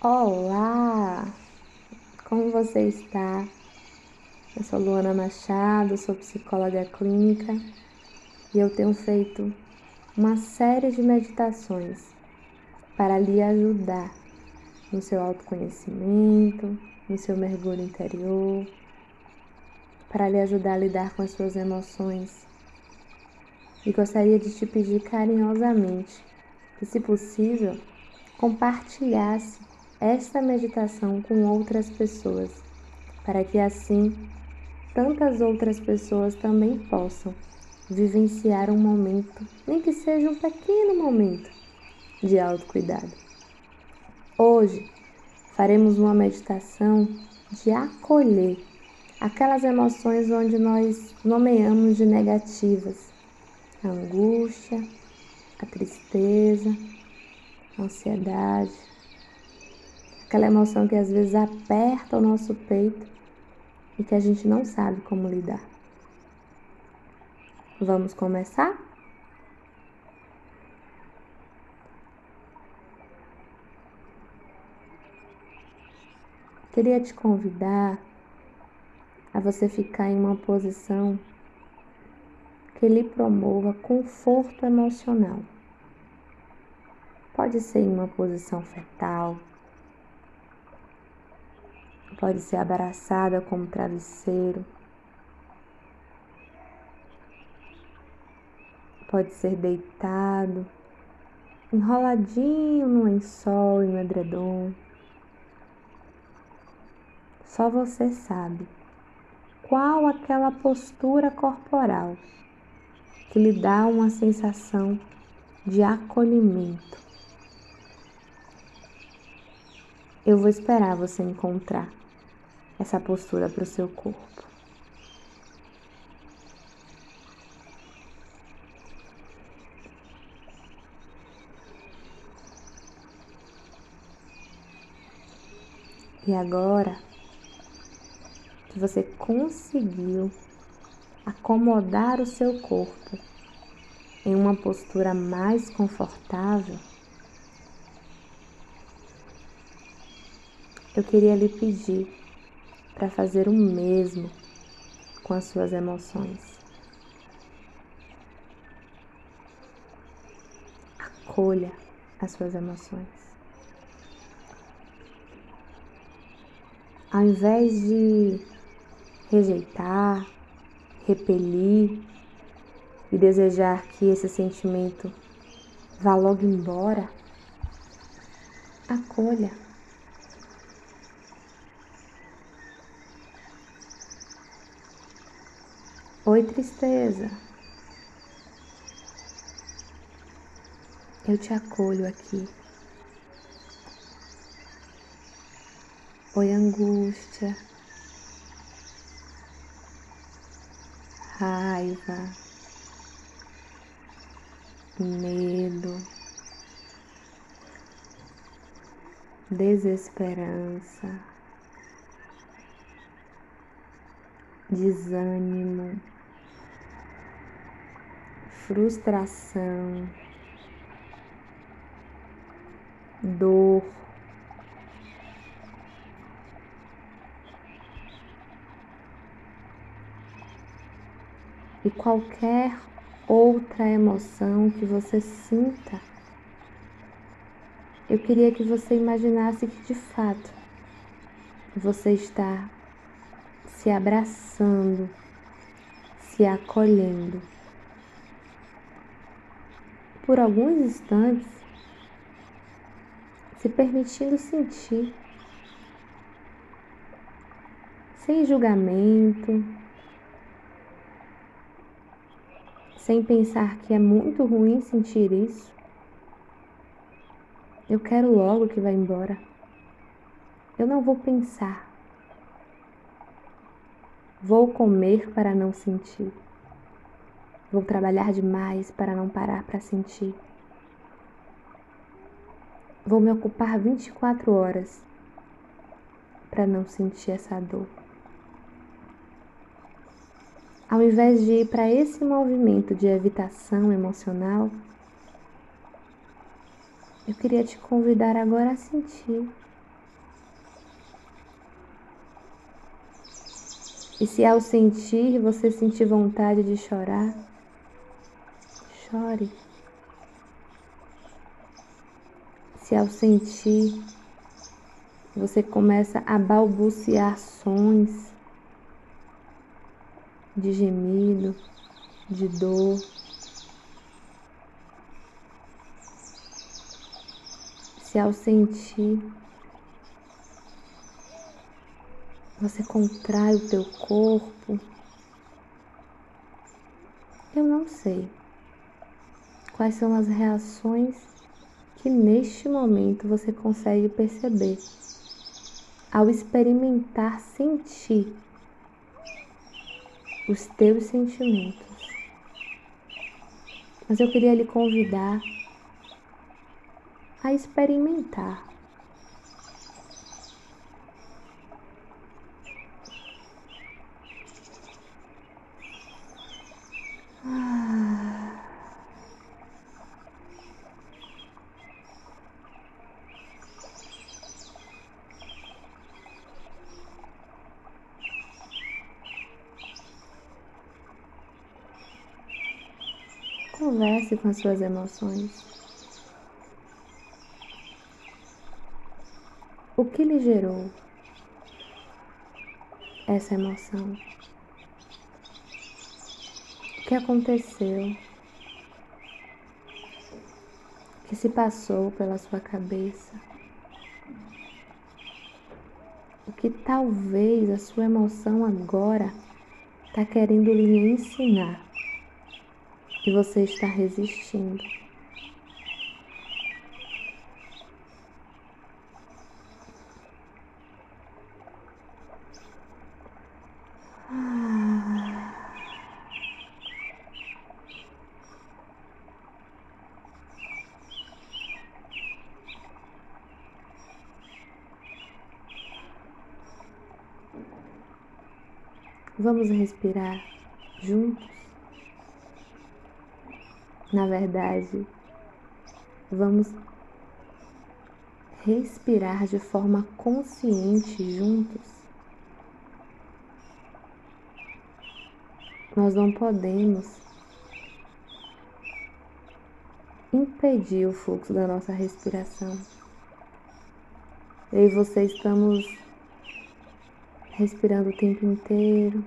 Olá! Como você está? Eu sou Luana Machado, sou psicóloga clínica e eu tenho feito uma série de meditações para lhe ajudar no seu autoconhecimento, no seu mergulho interior, para lhe ajudar a lidar com as suas emoções. E gostaria de te pedir carinhosamente que, se possível, compartilhasse esta meditação com outras pessoas, para que assim tantas outras pessoas também possam vivenciar um momento, nem que seja um pequeno momento, de autocuidado. Hoje faremos uma meditação de acolher aquelas emoções onde nós nomeamos de negativas: a angústia, a tristeza, a ansiedade, aquela emoção que às vezes aperta o nosso peito e que a gente não sabe como lidar. Vamos começar? Queria te convidar a você ficar em uma posição que lhe promova conforto emocional. Pode ser em uma posição fetal, pode ser abraçada como travesseiro, pode ser deitado, enroladinho no lençol e no edredom. Só você sabe qual aquela postura corporal que lhe dá uma sensação de acolhimento. Eu vou esperar você encontrar essa postura para o seu corpo. E agora que você conseguiu acomodar o seu corpo em uma postura mais confortável, eu queria lhe pedir para fazer o mesmo com as suas emoções. Acolha as suas emoções. Ao invés de rejeitar, repelir e desejar que esse sentimento vá logo embora, acolha. Oi, tristeza. Eu te acolho aqui. Oi, angústia, raiva, medo, desesperança, desânimo, frustração, dor, e qualquer outra emoção que você sinta. Eu queria que você imaginasse que de fato você está se abraçando, se acolhendo. Por alguns instantes, se permitindo sentir, sem julgamento, sem pensar que é muito ruim sentir isso. Eu quero logo que vá embora. Eu não vou pensar. Vou comer para não sentir. Vou trabalhar demais para não parar para sentir. Vou me ocupar 24 horas para não sentir essa dor. Ao invés de ir para esse movimento de evitação emocional, eu queria te convidar agora a sentir E se ao sentir você sentir vontade de chorar, chore. Se ao sentir você começa a balbuciar sons de gemido, de dor, se ao sentir você contrai o teu corpo, eu não sei quais são as reações que neste momento você consegue perceber ao experimentar sentir os teus sentimentos. Mas eu queria lhe convidar a experimentar. Converse com as suas emoções. O que lhe gerou essa emoção? O que aconteceu? O que se passou pela sua cabeça? O que talvez a sua emoção agora está querendo lhe ensinar e você está resistindo? Vamos respirar juntos? Na verdade, vamos respirar de forma consciente juntos. Nós não podemos impedir o fluxo da nossa respiração. Eu e você estamos respirando o tempo inteiro,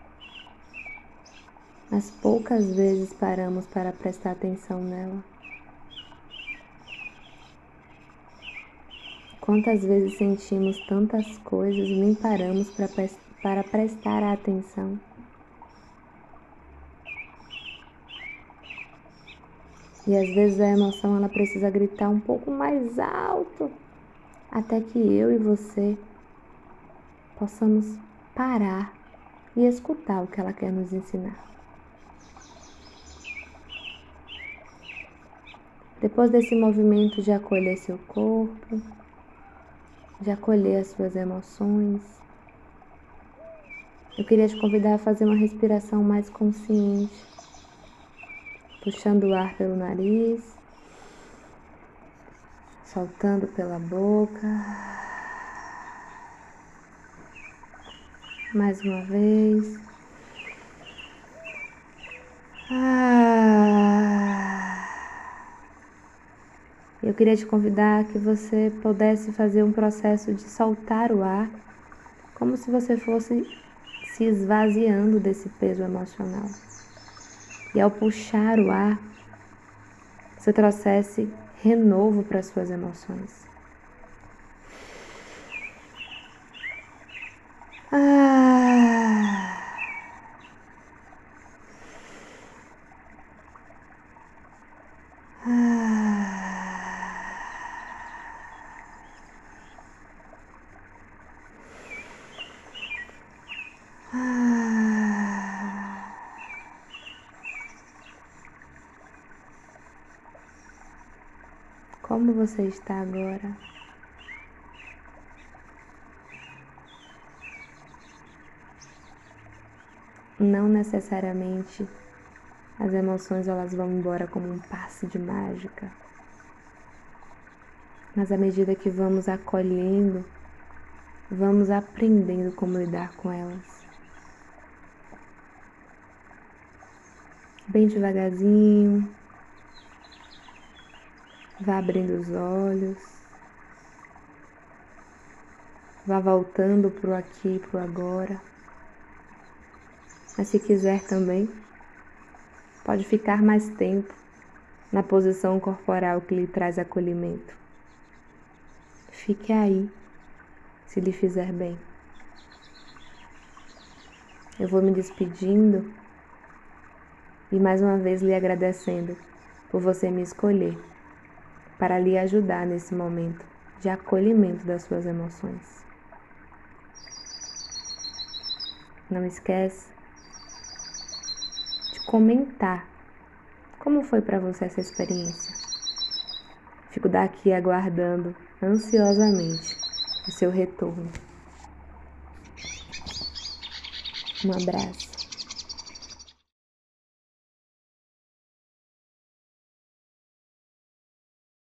mas poucas vezes paramos para prestar atenção nela. Quantas vezes sentimos tantas coisas e nem paramos para prestar atenção? E às vezes a emoção ela precisa gritar um pouco mais alto, até que eu e você possamos parar e escutar o que ela quer nos ensinar. Depois desse movimento de acolher seu corpo, de acolher as suas emoções, eu queria te convidar a fazer uma respiração mais consciente, puxando o ar pelo nariz, soltando pela boca. Mais uma vez. Eu queria te convidar que você pudesse fazer um processo de soltar o ar, como se você fosse se esvaziando desse peso emocional. E ao puxar o ar, você trouxesse renovo para as suas emoções. Como você está agora? Não necessariamente as emoções elas vão embora como um passe de mágica, mas à medida que vamos acolhendo, vamos aprendendo como lidar com elas. bem devagarzinho. Vá abrindo os olhos. Vá voltando pro aqui e pro agora. Mas se quiser também, pode ficar mais tempo na posição corporal que lhe traz acolhimento. Fique aí, se lhe fizer bem. Eu vou me despedindo e mais uma vez lhe agradecendo por você me escolher para lhe ajudar nesse momento de acolhimento das suas emoções. Não esquece de comentar como foi para você essa experiência. Fico daqui aguardando ansiosamente o seu retorno. Um abraço.